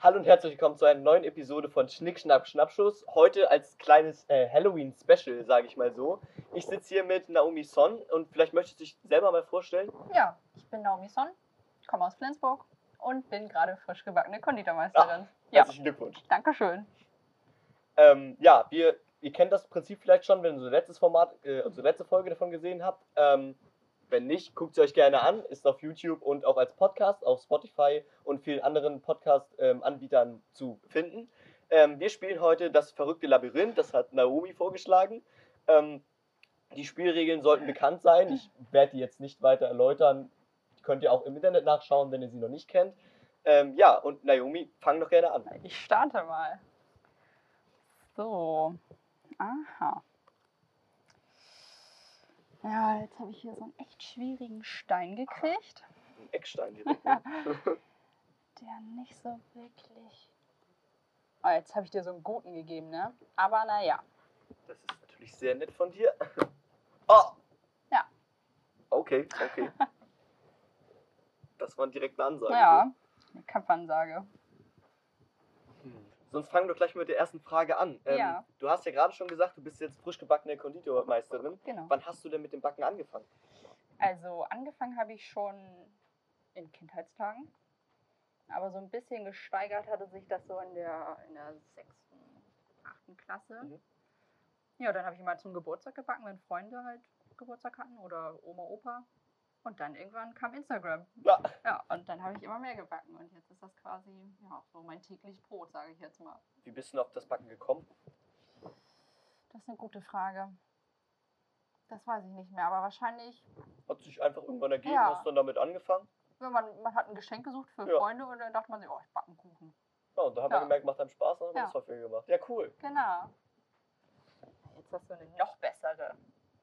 Hallo und herzlich willkommen zu einer neuen Episode von Schnick, Schnack, Schnappschuss. Heute als kleines Halloween-Special, sage ich mal so. Ich sitze hier mit Naomi Son und vielleicht möchtest du dich selber mal vorstellen. Ja, ich bin Naomi Son, komme aus Flensburg und bin gerade frisch gebackene Konditormeisterin. Herzlichen Glückwunsch. Dankeschön. Ihr kennt das Prinzip vielleicht schon, wenn ihr unsere letzte Folge davon gesehen habt. Wenn nicht, guckt sie euch gerne an. Ist auf YouTube und auch als Podcast auf Spotify und vielen anderen Podcast-Anbietern zu finden. Wir spielen heute das verrückte Labyrinth. Das hat Naomi vorgeschlagen. Die Spielregeln sollten bekannt sein. Ich werde die jetzt nicht weiter erläutern. Die könnt ihr auch im Internet nachschauen, wenn ihr sie noch nicht kennt. Und Naomi, fang doch gerne an. Ich starte mal. So. Aha. Ja, jetzt habe ich hier so einen echt schwierigen Stein gekriegt. Ein Eckstein direkt. Ne? Der nicht so wirklich... Oh, jetzt habe ich dir so einen guten gegeben, ne? Aber naja. Das ist natürlich sehr nett von dir. Oh! Ja. Okay. Das war direkt eine Ansage. Ja, eine Kampfansage. Sonst fangen wir doch gleich mit der ersten Frage an. Ja. Du hast ja gerade schon gesagt, du bist jetzt frisch gebackene Konditormeisterin. Genau. Wann hast du denn mit dem Backen angefangen? Also angefangen habe ich schon in Kindheitstagen. Aber so ein bisschen gesteigert hatte sich das so in der 6., 8. Klasse. Mhm. Ja, dann habe ich mal zum Geburtstag gebacken, wenn Freunde halt Geburtstag hatten oder Oma, Opa. Und dann irgendwann kam Instagram. Ja, und dann habe ich immer mehr gebacken. Und jetzt ist das quasi so mein täglich Brot, sage ich jetzt mal. Wie bist du denn auf das Backen gekommen? Das ist eine gute Frage. Das weiß ich nicht mehr, aber wahrscheinlich... Hat sich einfach irgendwann ergeben, Ja. hast dann damit angefangen? Ja, man hat ein Geschenk gesucht für Ja. Freunde und dann dachte man sich, oh, ich backe einen Kuchen. Ja, und da haben wir gemerkt, macht einem Spaß, dann haben wir Ja. das häufiger gemacht. Ja, cool. Genau. Jetzt hast du eine noch bessere.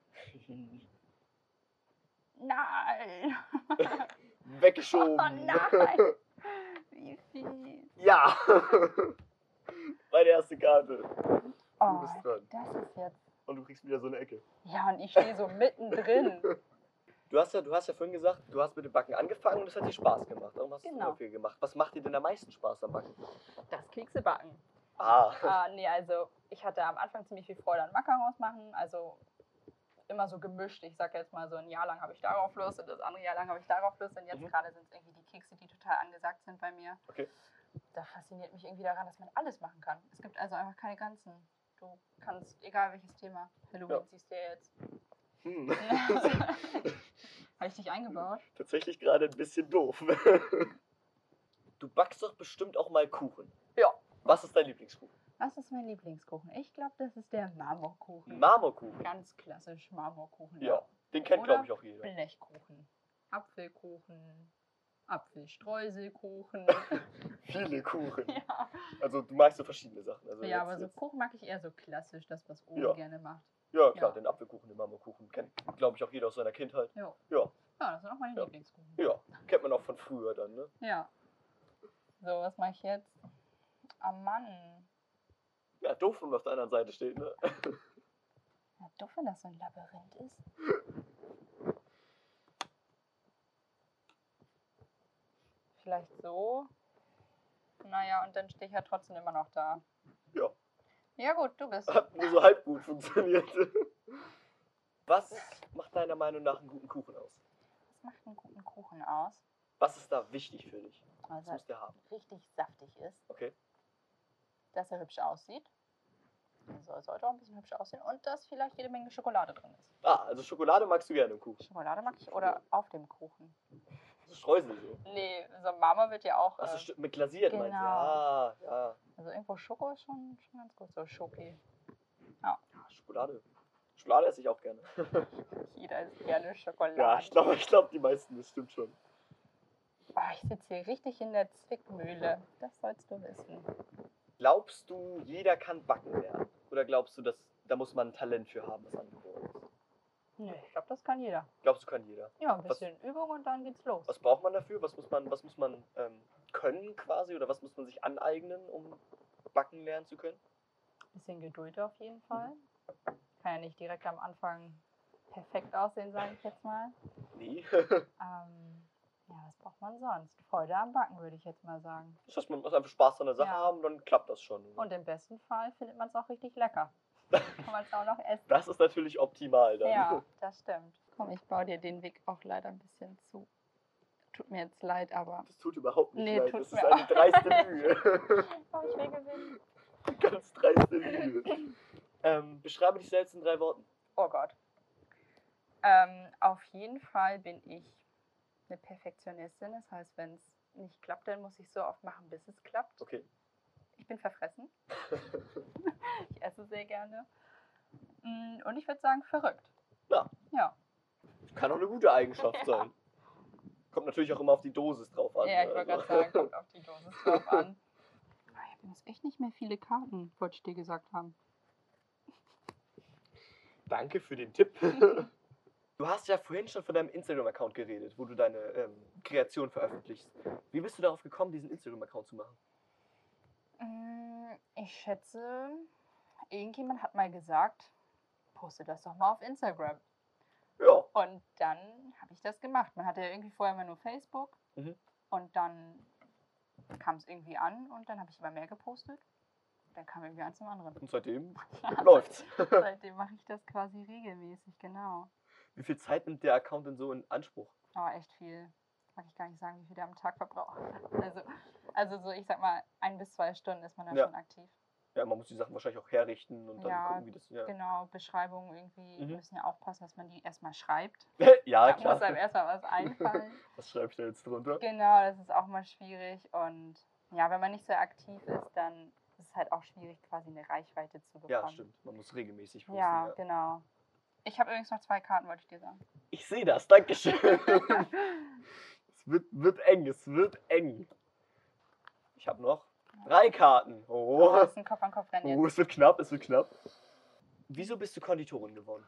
Nein! Weggeschoben. Oh nein! Wie fies. Ja. Meine erste Karte. Oh, bist dran. das ist jetzt... Und du kriegst wieder so eine Ecke. Ja, und ich stehe so mittendrin. Du hast ja vorhin gesagt, du hast mit dem Backen angefangen und es hat dir Spaß gemacht. Warum hast du Genau. so viel gemacht? Was macht dir denn am meisten Spaß am Backen? Das Keksebacken. Ah. Also ich hatte am Anfang ziemlich viel Freude an Macarons machen, also immer so gemischt. Ich sag jetzt mal so, ein Jahr lang habe ich darauf Lust und das andere Jahr lang habe ich darauf Lust und jetzt gerade sind es irgendwie die Kekse, die total angesagt sind bei mir. Okay. Da fasziniert mich irgendwie daran, dass man alles machen kann. Es gibt also einfach keine Grenzen. Du kannst, egal welches Thema, Halloween siehst du ja jetzt. Habe ich dich eingebaut? Tatsächlich gerade ein bisschen doof. Du backst doch bestimmt auch mal Kuchen. Ja. Was ist dein Lieblingskuchen? Was ist mein Lieblingskuchen? Ich glaube, das ist der Marmorkuchen. Marmorkuchen? Ganz klassisch Marmorkuchen. Ja, den kennt, glaube ich, auch jeder. Blechkuchen, Apfelkuchen, Apfelstreuselkuchen. Viele Kuchen. Ja. Also du magst so verschiedene Sachen. Also Ja, aber so Kuchen mag ich eher so klassisch, das, was Omi Ja. gerne macht. Ja, klar, Ja. den Apfelkuchen, den Marmorkuchen kennt, glaube ich, auch jeder aus seiner Kindheit. Jo. Ja. Ja, das sind auch meine Ja. Lieblingskuchen. Ja, kennt man auch von früher dann, ne? Ja. So, was mache ich jetzt? Oh Mann. Ja, doof, wenn man auf der anderen Seite steht, ne? Ja, doof, wenn das so ein Labyrinth ist. Vielleicht so. Naja, und dann stehe ich ja trotzdem immer noch da. Ja. Ja gut, du bist. Hat nur so halb gut funktioniert. Was macht deiner Meinung nach einen guten Kuchen aus? Was macht einen guten Kuchen aus? Was ist da wichtig für dich? Was Also muss der haben? richtig saftig ist, Okay. dass er hübsch aussieht. Also sollte auch ein bisschen hübsch aussehen und dass vielleicht jede Menge Schokolade drin ist. Ah, also Schokolade magst du gerne im Kuchen. Schokolade mag ich oder auf dem Kuchen. So Streusel so. Nee, so Marmor wird ja auch. Achso, mit glasiert meinst du? genau. Ja. Also irgendwo Schoko ist schon ganz gut, so Schoki. Ja, Schokolade. Schokolade esse ich auch gerne. Jeder isst gerne Schokolade. Ja, ich glaube, die meisten, das stimmt schon. Oh, ich sitze hier richtig in der Zwickmühle. Das sollst du wissen. Glaubst du, jeder kann backen lernen? Oder glaubst du, da muss man ein Talent für haben, was angeboren ist? Nö, ich glaube, das kann jeder. Glaubst du, kann jeder? Ja, ein bisschen Übung und dann geht's los. Was braucht man dafür? Was muss man können quasi? Oder was muss man sich aneignen, um backen lernen zu können? Bisschen Geduld auf jeden Fall. Kann ja nicht direkt am Anfang perfekt aussehen, sage ich jetzt mal. Nee. Ja, was braucht man sonst? Freude am Backen, würde ich jetzt mal sagen. Das heißt, man muss einfach Spaß an der Sache Ja. haben, dann klappt das schon. Und im besten Fall findet man es auch richtig lecker. Kann man es auch noch essen. Das ist natürlich optimal dann. Ja, das stimmt. Komm, ich baue dir den Weg auch leider ein bisschen zu. Tut mir jetzt leid, aber... Das tut überhaupt nicht Nee, leid. tut Das mir ist eine auch dreiste Mühe. Aber ich will gewinnen. Ganz dreiste Mühe. Beschreibe dich selbst in 3 Worten. Oh Gott. Auf jeden Fall bin ich eine Perfektionistin. Das heißt, wenn es nicht klappt, dann muss ich so oft machen, bis es klappt. Okay. Ich bin verfressen. Ich esse sehr gerne. Und ich würde sagen, verrückt. Ja. Ja. Kann auch eine gute Eigenschaft sein. Kommt natürlich auch immer auf die Dosis drauf an. Ja, ich wollte gerade sagen, kommt auf die Dosis drauf an. Ich habe jetzt echt nicht mehr viele Karten, wollte ich dir gesagt haben. Danke für den Tipp. Du hast ja vorhin schon von deinem Instagram-Account geredet, wo du deine Kreation veröffentlichst. Wie bist du darauf gekommen, diesen Instagram-Account zu machen? Ich schätze, irgendjemand hat mal gesagt, poste das doch mal auf Instagram. Ja. Und dann habe ich das gemacht. Man hatte ja irgendwie vorher immer nur Facebook. Und dann kam es irgendwie an und dann habe ich immer mehr gepostet. Dann kam irgendwie eins zum anderen. Und seitdem läuft's. Seitdem mache ich das quasi regelmäßig, genau. Wie viel Zeit nimmt der Account denn so in Anspruch? Oh, echt viel. Mag ich gar nicht sagen, wie viel der am Tag verbraucht. Also so, ich sag mal, 1 bis 2 Stunden ist man da schon aktiv. Ja, man muss die Sachen wahrscheinlich auch herrichten und dann gucken, wie das... Ja, genau. Beschreibungen irgendwie müssen ja aufpassen, dass man die erstmal schreibt. Ja, Da klar. muss einem erstmal was einfallen. Was schreibe ich da jetzt drunter? Genau, das ist auch mal schwierig. Und ja, wenn man nicht so aktiv ist, dann ist es halt auch schwierig, quasi eine Reichweite zu bekommen. Ja, stimmt. Man muss regelmäßig posten. Ja, genau. Ich habe übrigens noch 2 Karten, wollte ich dir sagen. Ich sehe das, Dankeschön. Es wird eng, es wird eng. Ich habe noch 3 Karten. Oh. Das ist ein Kopf-an-Kopf-Rennen jetzt. Es wird knapp, es wird knapp. Wieso bist du Konditorin geworden?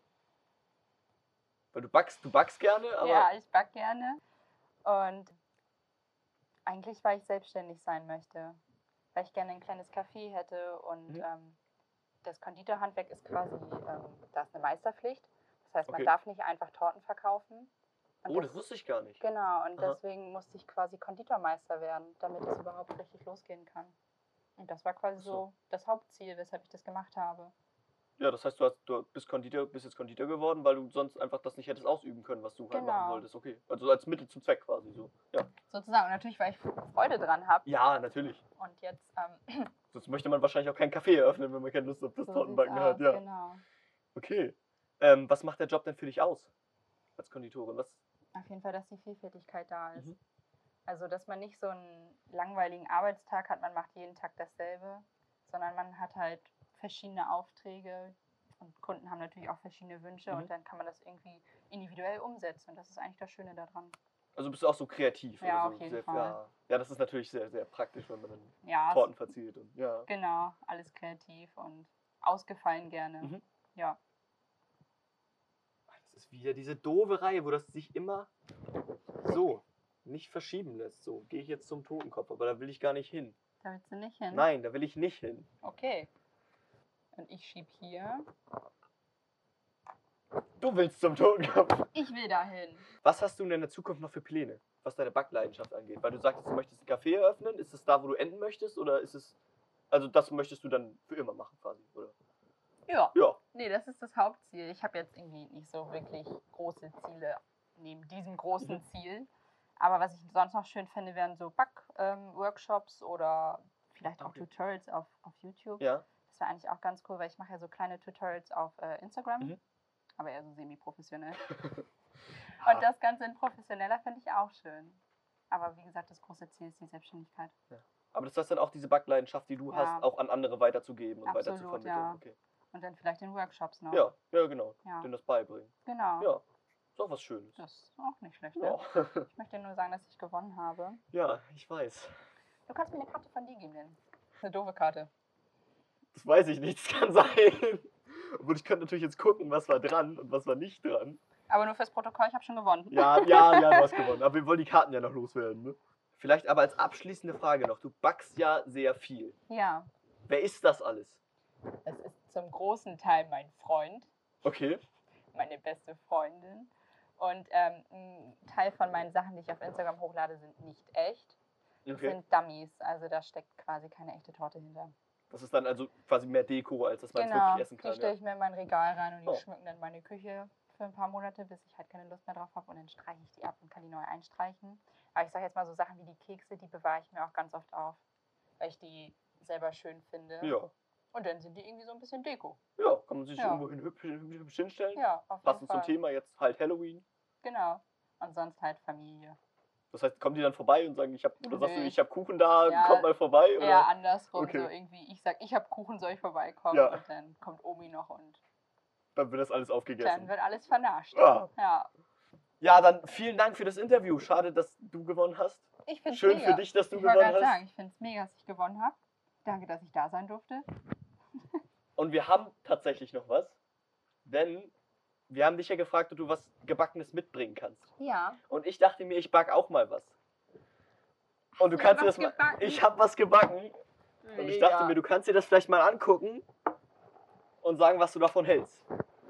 Weil du backst gerne, aber... Ja, ich backe gerne. Und eigentlich, weil ich selbstständig sein möchte. Weil ich gerne ein kleines Café hätte. Und das Konditorhandwerk ist quasi, da ist eine Meisterpflicht. Das heißt, man darf nicht einfach Torten verkaufen. Und das wusste ich gar nicht. Genau, und deswegen musste ich quasi Konditormeister werden, damit es überhaupt richtig losgehen kann. Und das war quasi so das Hauptziel, weshalb ich das gemacht habe. Ja, das heißt, du bist jetzt Konditor geworden, weil du sonst einfach das nicht hättest ausüben können, was du halt machen wolltest. Okay, also als Mittel zum Zweck quasi so. Ja. Sozusagen, und natürlich, weil ich Freude dran habe. Ja, natürlich. Und jetzt... Sonst möchte man wahrscheinlich auch kein Café eröffnen, wenn man keine Lust auf das Tortenbacken hat. Ja. Genau. Okay. Was macht der Job denn für dich aus als Konditorin? Auf jeden Fall, dass die Vielfältigkeit da ist. Also, dass man nicht so einen langweiligen Arbeitstag hat, man macht jeden Tag dasselbe, sondern man hat halt verschiedene Aufträge und Kunden haben natürlich auch verschiedene Wünsche und dann kann man das irgendwie individuell umsetzen und das ist eigentlich das Schöne daran. Also bist du auch so kreativ? Ja, oder so? auf jeden Fall. Ja, das ist natürlich sehr, sehr praktisch, wenn man dann Ja, Torten verziert. Und, ja. Genau, alles kreativ und ausgefallen gerne. Ja. Das ist wieder diese doofe Reihe, wo das sich immer so nicht verschieben lässt. So, gehe ich jetzt zum Totenkopf, aber da will ich gar nicht hin. Da willst du nicht hin? Nein, da will ich nicht hin. Okay. Und ich schieb hier. Du willst zum Totenkopf. Ich will dahin. Was hast du denn in der Zukunft noch für Pläne, was deine Backleidenschaft angeht? Weil du sagtest, du möchtest ein Café eröffnen. Ist es da, wo du enden möchtest? Oder ist es... Also das möchtest du dann für immer machen quasi, oder? Ja. Ja. Nee, das ist das Hauptziel. Ich habe jetzt irgendwie nicht so wirklich große Ziele neben diesem großen Ziel. Aber was ich sonst noch schön fände, wären so Back-Workshops oder vielleicht auch Tutorials auf YouTube. Ja. Das wäre eigentlich auch ganz cool, weil ich mache ja so kleine Tutorials auf Instagram. Aber eher so semi-professionell. Und das Ganze in professioneller fände ich auch schön. Aber wie gesagt, das große Ziel ist die Selbstständigkeit. Ja. Aber das ist dann auch diese Backleidenschaft, die du hast, auch an andere weiterzugeben und weiter zu vermitteln. Ja. Okay. Und dann vielleicht in Workshops noch. Ja, genau. Denen das beibringen. Genau. Ja, ist auch was Schönes. Das ist auch nicht schlecht. Ja. Ne? Ich möchte dir nur sagen, dass ich gewonnen habe. Ja, ich weiß. Du kannst mir eine Karte von dir geben, denn. Eine doofe Karte. Das weiß ich nicht, das kann sein. Obwohl ich könnte natürlich jetzt gucken, was war dran und was war nicht dran. Aber nur fürs Protokoll, ich habe schon gewonnen. Ja, du hast gewonnen. Aber wir wollen die Karten ja noch loswerden, ne? Vielleicht aber als abschließende Frage noch. Du backst ja sehr viel. Ja. Wer ist das alles? Es ist zum großen Teil mein Freund. Okay. Meine beste Freundin. Und ein Teil von meinen Sachen, die ich auf Instagram hochlade, sind nicht echt. Das sind Dummies, also da steckt quasi keine echte Torte hinter. Das ist dann also quasi mehr Deko, als dass man es wirklich essen kann. Die stelle ich mir in mein Regal rein und die schmücken dann meine Küche für ein paar Monate, bis ich halt keine Lust mehr drauf habe und dann streiche ich die ab und kann die neu einstreichen. Aber ich sage jetzt mal so Sachen wie die Kekse, die bewahre ich mir auch ganz oft auf, weil ich die selber schön finde. Ja. Und dann sind die irgendwie so ein bisschen Deko. Ja, kann man sich irgendwo hübsch hinstellen. Ja, auf jeden Passend Fall. zum Thema jetzt halt Halloween. Genau. Und sonst halt Familie. Das heißt, kommen die dann vorbei und sagen, sagst du, ich habe Kuchen da, kommt mal vorbei? Oder? Ja, andersrum. So irgendwie, ich sag, ich habe Kuchen, soll ich vorbeikommen? Ja. Und dann kommt Omi noch und dann wird das alles aufgegessen. Dann wird alles vernascht. Ja, dann vielen Dank für das Interview. Schade, dass du gewonnen hast. Ich find's Schön mega. Für dich, dass du gewonnen hast. Sagen, ich finde es mega, dass ich gewonnen habe. Danke, dass ich da sein durfte. Und wir haben tatsächlich noch was, denn wir haben dich ja gefragt, ob du was Gebackenes mitbringen kannst. Ja. Und ich dachte mir, ich backe auch mal was. Und du kannst dir das mal. Ich habe was gebacken. Mega. Und ich dachte mir, du kannst dir das vielleicht mal angucken und sagen, was du davon hältst.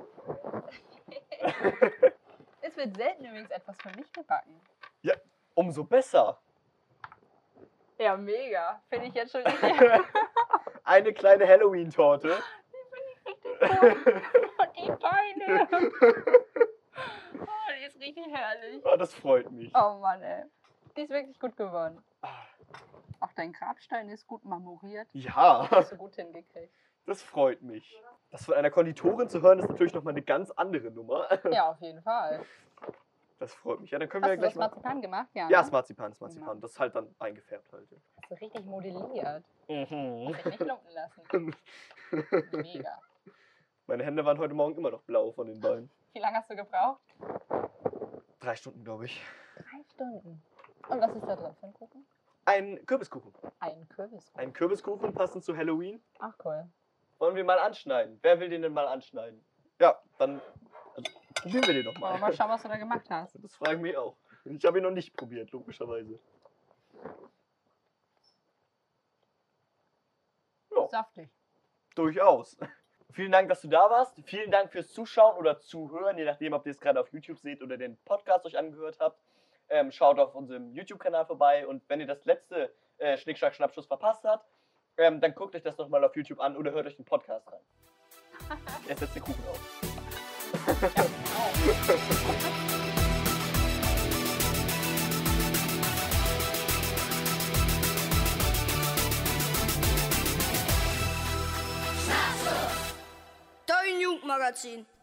Es wird selten übrigens etwas für mich gebacken. Ja, umso besser. Ja, mega. Finde ich jetzt schon richtig. Eine kleine Halloween-Torte. Die finde ich richtig cool. Und die Beine. Oh, die ist richtig herrlich. Oh, das freut mich. Oh Mann, ey. Die ist wirklich gut geworden. Auch dein Grabstein ist gut marmoriert. Ja. Das hast du gut hingekriegt. Das freut mich. Das von einer Konditorin zu hören, ist natürlich nochmal eine ganz andere Nummer. Ja, auf jeden Fall. Das freut mich. Ja, dann können wir hast gleich du das Marzipan gemacht? Ja, ja, ne? das Marzipan. Das ist halt dann eingefärbt halt. Hast du richtig modelliert. Mhm. Hast dich nicht lumpen lassen. Mega. Meine Hände waren heute Morgen immer noch blau von den Beinen. Wie lange hast du gebraucht? 3 Stunden, glaube ich. 3 Stunden. Und was ist da drin für ein Kuchen? Ein Kürbiskuchen. Ein Kürbiskuchen. Ein Kürbiskuchen passend zu Halloween. Ach cool. Wollen wir mal anschneiden? Wer will den denn mal anschneiden? Ja, dann probieren wir den doch mal. Mal schauen, was du da gemacht hast. Das frage ich mich auch. Ich habe ihn noch nicht probiert, logischerweise. Ja. Saftig. Durchaus. Vielen Dank, dass du da warst. Vielen Dank fürs Zuschauen oder Zuhören, je nachdem, ob ihr es gerade auf YouTube seht oder den Podcast euch angehört habt. Schaut auf unserem YouTube-Kanal vorbei und wenn ihr das letzte Schnick-Schnack-Schnappschuss verpasst habt, dann guckt euch das nochmal auf YouTube an oder hört euch den Podcast rein. Jetzt setzt den Kuchen auf. Dein Jugendmagazin.